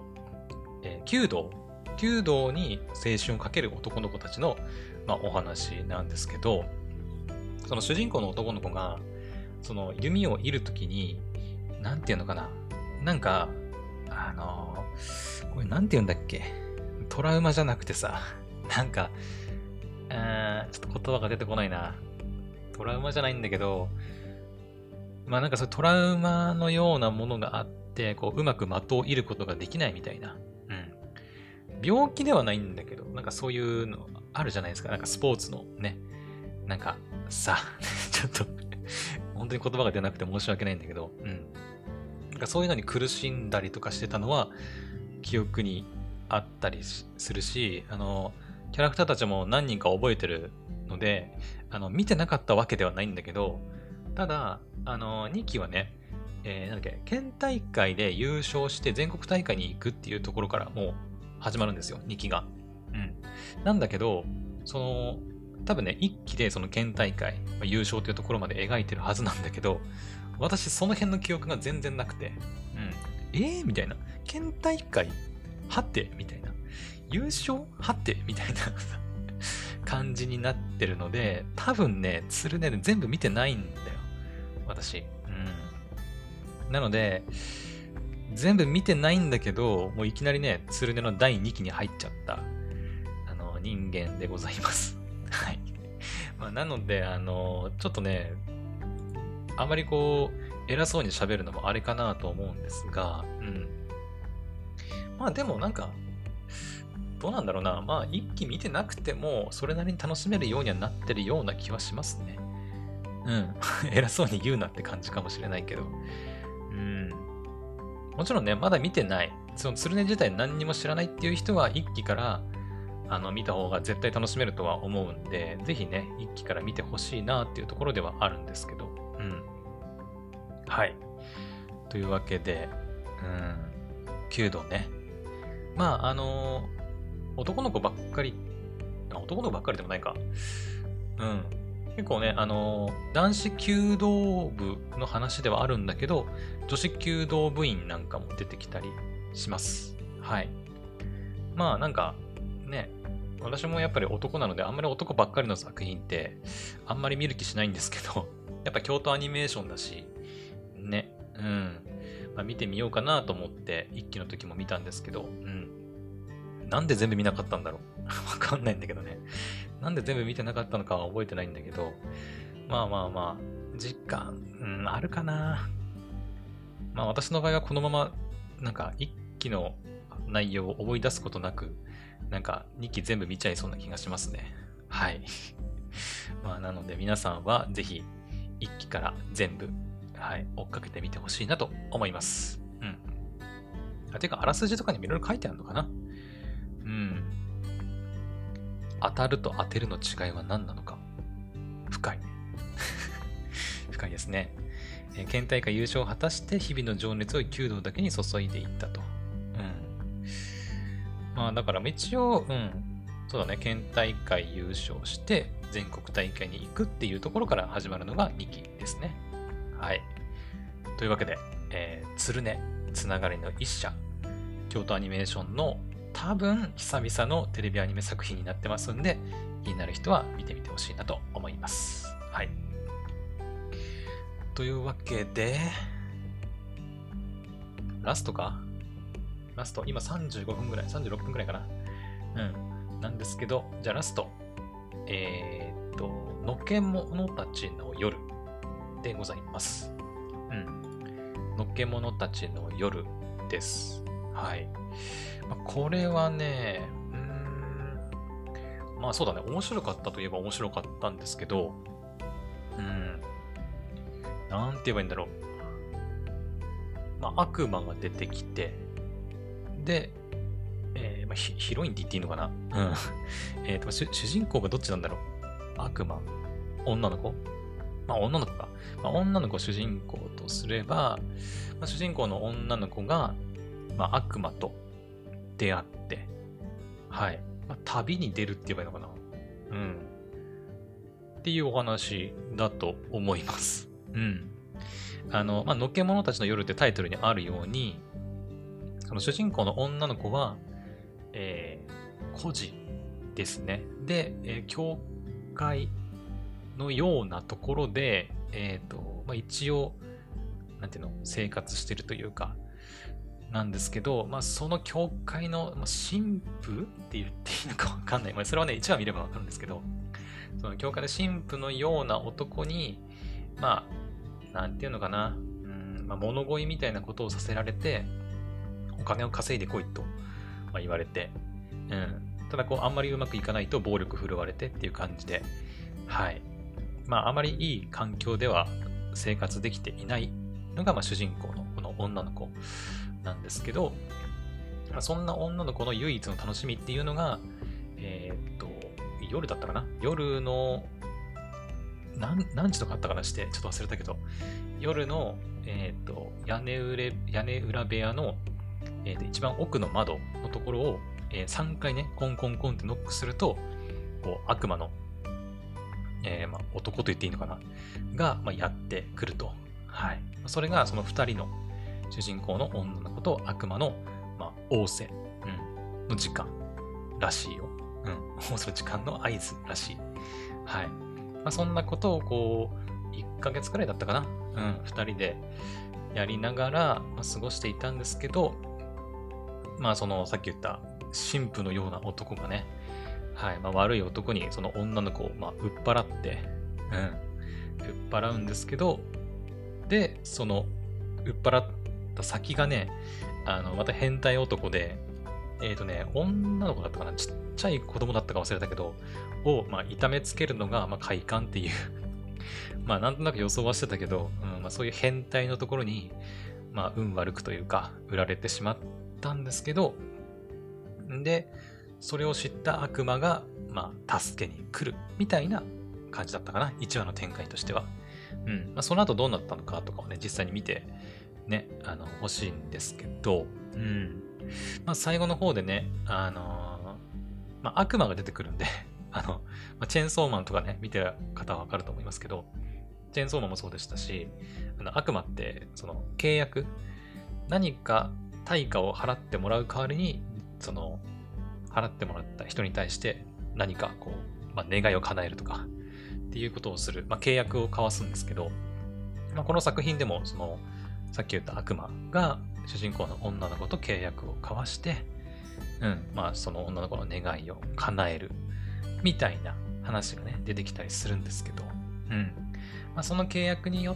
弓道に青春をかける男の子たちの、まあ、お話なんですけど、その主人公の男の子が、その弓を射るときに、なんていうのかな、なんか、これなんて言うんだっけ、トラウマじゃなくてさ、なんか、ちょっと言葉が出てこないな。トラウマじゃないんだけど、まあなんかそういうトラウマのようなものがあって、こう、うまく的を射ることができないみたいな。うん。病気ではないんだけど、なんかそういうのあるじゃないですか。なんかスポーツのね。なんかさ、ちょっと本当に言葉が出なくて申し訳ないんだけど、うん。なんかそういうのに苦しんだりとかしてたのは、記憶にあったりするし、キャラクターたちも何人か覚えてるので、見てなかったわけではないんだけど、ただ、2期はね、なんだっけ、県大会で優勝して全国大会に行くっていうところからもう始まるんですよ、2期が。うん。なんだけど、多分ね、1期でその県大会、優勝というところまで描いてるはずなんだけど、私その辺の記憶が全然なくて、うん。みたいな。県大会はてみたいな。優勝はてみたいな感じになってるので、多分ね、ツルネで全部見てないんだよ。私。うん。なので、全部見てないんだけど、もういきなりね、ツルネの第2期に入っちゃった、人間でございます。はい。まあ、なので、ちょっとね、あまりこう、偉そうに喋るのもあれかなと思うんですが、うん。まあでもなんか、どうなんだろうな。まあ一期見てなくても、それなりに楽しめるようにはなってるような気はしますね。うん。偉そうに言うなって感じかもしれないけど。うん。もちろんね、まだ見てない。その鶴音自体何にも知らないっていう人は一期から見た方が絶対楽しめるとは思うんで、ぜひね、一期から見てほしいなっていうところではあるんですけど。うん。はい。というわけで、弓道ね。まあ、 男の子ばっかり、男の子ばっかりでもないか。うん。結構ね、男子弓道部の話ではあるんだけど、女子弓道部員なんかも出てきたりします。はい。まあなんか、ね、私もやっぱり男なので、あんまり男ばっかりの作品って、あんまり見る気しないんですけど、やっぱ京都アニメーションだし、ね、うん。まあ、見てみようかなと思って、一期の時も見たんですけど、うん。なんで全部見なかったんだろう。わかんないんだけどね。なんで全部見てなかったのかは覚えてないんだけど、まあまあまあ、実感、あるかな。まあ私の場合はこのまま、なんか一期の内容を思い出すことなく、なんか2期全部見ちゃいそうな気がしますね。はい。まあなので皆さんはぜひ1期から全部、はい、追っかけてみてほしいなと思います。うん。ていうか、あらすじとかにもいろいろ書いてあるのかな。うん。当たると当てるの違いは何なのか。深い。深いですね。県大会優勝を果たして日々の情熱を弓道だけに注いでいったと。うん。まあだから一応、そうだね、県大会優勝して全国大会に行くっていうところから始まるのが2期ですね。はい。というわけで、鶴音つながりの一社、京都アニメーションの多分久々のテレビアニメ作品になってますんで、気になる人は見てみてほしいなと思います。はい。というわけで、ラストかラスト、今35分ぐらい、36分ぐらいかな。なんですけど、じゃあラスト。のけものたちの夜でございます。のけものたちの夜です。はい。これはね、まあそうだね、面白かったといえば面白かったんですけど、なんて言えばいいんだろう。まあ悪魔が出てきて、で、ヒロインって言っていいのかな。主人公がどっちなんだろう。悪魔女の子女の子か。女の子を主人公とすれば、主人公の女の子が、悪魔と出会って、はい。旅に出るって言えばいいのかな。っていうお話だと思います。のけ者たちの夜ってタイトルにあるように、その主人公の女の子は、孤児ですね。で、教会のようなところで、一応、なんていうの、生活してるというか、なんですけど、その教会の、神父って言っていいのかわかんない。それはね、1話見ればわかるんですけど、その教会の神父のような男に、なんていうのかな、物乞いみたいなことをさせられて、お金を稼いでこいと、言われて、ただあんまりうまくいかないと暴力振るわれてっていう感じで、はい。あまりいい環境では生活できていないのが、主人公のこの女の子なんですけど、そんな女の子の唯一の楽しみっていうのが、夜だったかな、夜の、何時とかあったかなして、ちょっと忘れたけど、夜の、屋根裏部屋の、一番奥の窓のところを、3回ね、コンコンコンってノックすると、悪魔の、男と言っていいのかなが、やってくると。はい。それがその2人の主人公の女の子と悪魔の、仰せ、の時間らしいよ。仰せの時間の合図らしい。はい。そんなことを1ヶ月くらいだったかな。2人でやりながら、過ごしていたんですけど、さっき言った神父のような男がね、はい、悪い男にその女の子を、売っ払って、売っ払うんですけど、で、その、売っ払った先がね、また変態男で、女の子だったかな、ちっちゃい子供だったか忘れたけど、を、痛めつけるのが、快感っていうなんとなく予想はしてたけど、そういう変態のところに、運悪くというか、売られてしまったんですけど、で、それを知った悪魔が、助けに来るみたいな感じだったかな。1話の展開としては。その後どうなったのかとかをね、実際に見て、ね、欲しいんですけど、最後の方でね、 まあ、悪魔が出てくるんでチェーンソーマンとかね、見てる方はわかると思いますけど、チェーンソーマンもそうでしたし、悪魔って、その契約、何か対価を払ってもらう代わりに、その、払ってもらった人に対して何かこう、まあ、願いを叶えるとか、っていうことをする、まあ、契約を交わすんですけど、まあ、この作品でも、その、さっき言った悪魔が主人公の女の子と契約を交わして、まあ、その女の子の願いを叶える、みたいな話がね、出てきたりするんですけど、まあ、その契約によって、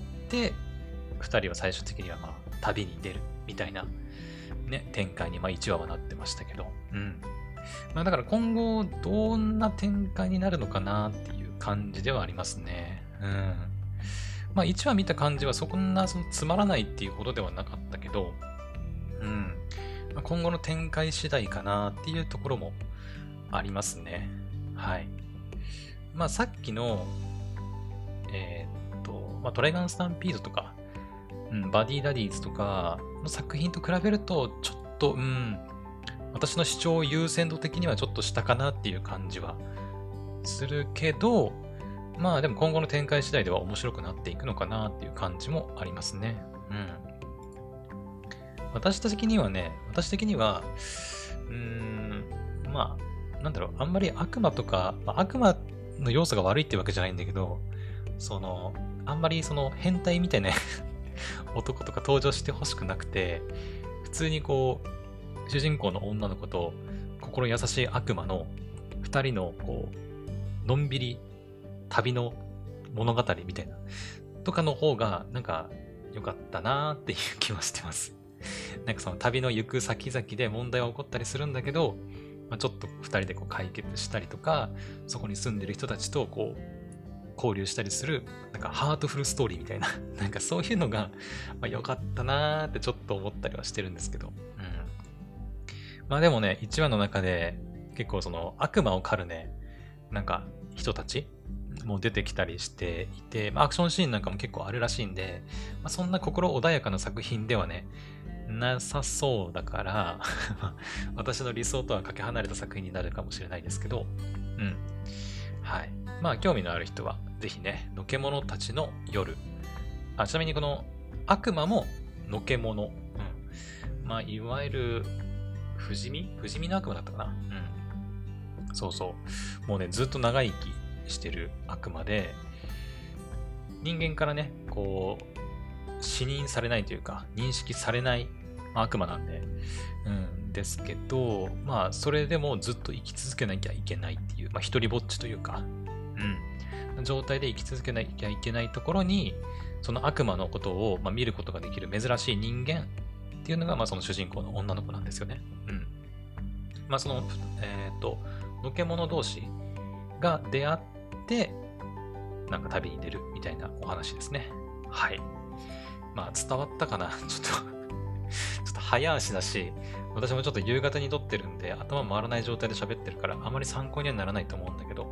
二人は最終的にはまあ、旅に出る、みたいな、ね、展開に、まあ、1話はなってましたけど、まあ、だから今後、どんな展開になるのかなっていう感じではありますね。まあ、1話見た感じはそんなつまらないっていうほどではなかったけど、まあ、今後の展開次第かなっていうところもありますね。はい。まあ、さっきの、まあ、トライガンスタンピードとか、バディダディーズとかの作品と比べると、ちょっと、私の視聴優先度的にはちょっと下かなっていう感じはするけど、まあでも今後の展開次第では面白くなっていくのかなっていう感じもありますね。私的には、まあ、なんだろう、あんまり悪魔とか、まあ、悪魔の要素が悪いってわけじゃないんだけど、あんまり変態みたいな男とか登場してほしくなくて、普通にこう、主人公の女の子と心優しい悪魔の二人のこう、のんびり旅の物語みたいな、とかの方がなんか良かったなーっていう気はしてます。なんかその旅の行く先々で問題は起こったりするんだけど、まあ、ちょっと二人でこう解決したりとか、そこに住んでる人たちとこう、交流したりする、なんかハートフルストーリーみたいな、なんかそういうのが、まあ、良かったなーってちょっと思ったりはしてるんですけど。まあでもね、1話の中で結構その悪魔を狩るね、なんか人たちも出てきたりしていて、まあ、アクションシーンなんかも結構あるらしいんで、まあ、そんな心穏やかな作品ではね、なさそうだから、私の理想とはかけ離れた作品になるかもしれないですけど、はい。まあ、興味のある人は、ぜひね、のけ者たちの夜。ちなみにこの悪魔ものけ者。まあ、いわゆる、不死身の悪魔だったかな。そうそう。もうね、ずっと長生きしてる悪魔で、人間からね、こう、視認されないというか、認識されない悪魔なんで、ですけど、まあ、それでもずっと生き続けなきゃいけないっていう、まあ、一人ぼっちというか、状態で生き続けなきゃいけないところに、その悪魔のことを、まあ、見ることができる珍しい人間っていうのが、まあ、その主人公の女の子なんですよね。まあ、その、のけ者同士が出会って、なんか旅に出るみたいなお話ですね。はい。まあ、伝わったかなちょっと早足だし、私もちょっと夕方に撮ってるんで、頭回らない状態で喋ってるから、あまり参考にはならないと思うんだけど、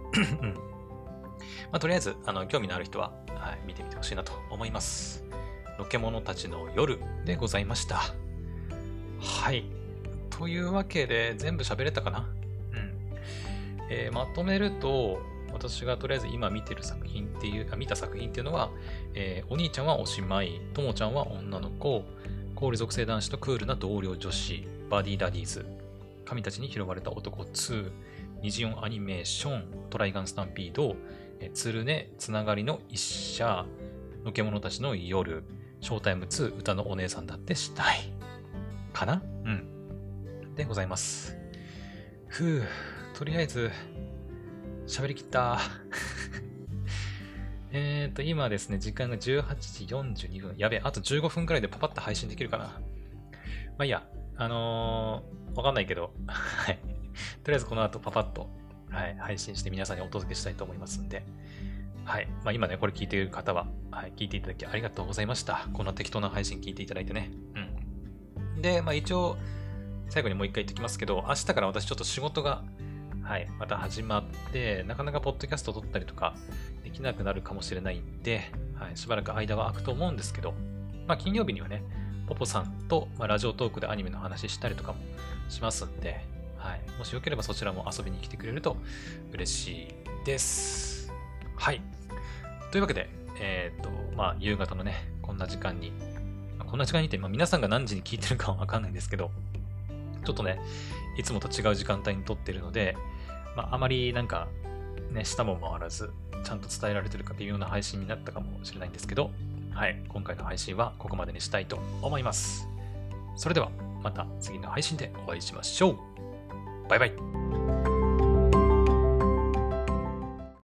まあ、とりあえず、興味のある人は、見てみてほしいなと思います。のけ者たちの夜でございました。はい。というわけで、全部喋れたかな？まとめると、私がとりあえず今見た作品っていうのは、お兄ちゃんはおしまい、ともちゃんは女の子、氷属性男子とクールな同僚女子、バディダディーズ、神たちに拾われた男2、二次音アニメーション、トライガンスタンピード、つるねつながりの一社、のけ者たちの夜、ショータイム2、歌のお姉さんだってしたい。かな？でございます。とりあえず、喋りきった。今ですね、時間が18時42分。やべえ、あと15分くらいでパパッと配信できるかな。まあいいや、わかんないけど、はい。とりあえずこの後パパッと、配信して皆さんにお届けしたいと思いますんで、はい。まあ今ね、これ聞いている方は、聞いていただきありがとうございました。こんな適当な配信聞いていただいてね。で、まあ一応、最後にもう一回言っておきますけど、明日から私ちょっと仕事が、また始まって、なかなかポッドキャストを撮ったりとかできなくなるかもしれないんで、しばらく間は空くと思うんですけど、まあ金曜日にはね、ポポさんと、ラジオトークでアニメの話したりとかもしますんで、 はい。もしよければそちらも遊びに来てくれると嬉しいです。はい。というわけで、夕方のね、こんな時間にって、皆さんが何時に聞いてるかはわかんないんですけど、ちょっとね、いつもと違う時間帯に撮ってるので、あまりなんか、ね、舌も回らず、ちゃんと伝えられてるか微妙な配信になったかもしれないんですけど、はい、今回の配信はここまでにしたいと思います。それでは、また次の配信でお会いしましょう。バイバイ。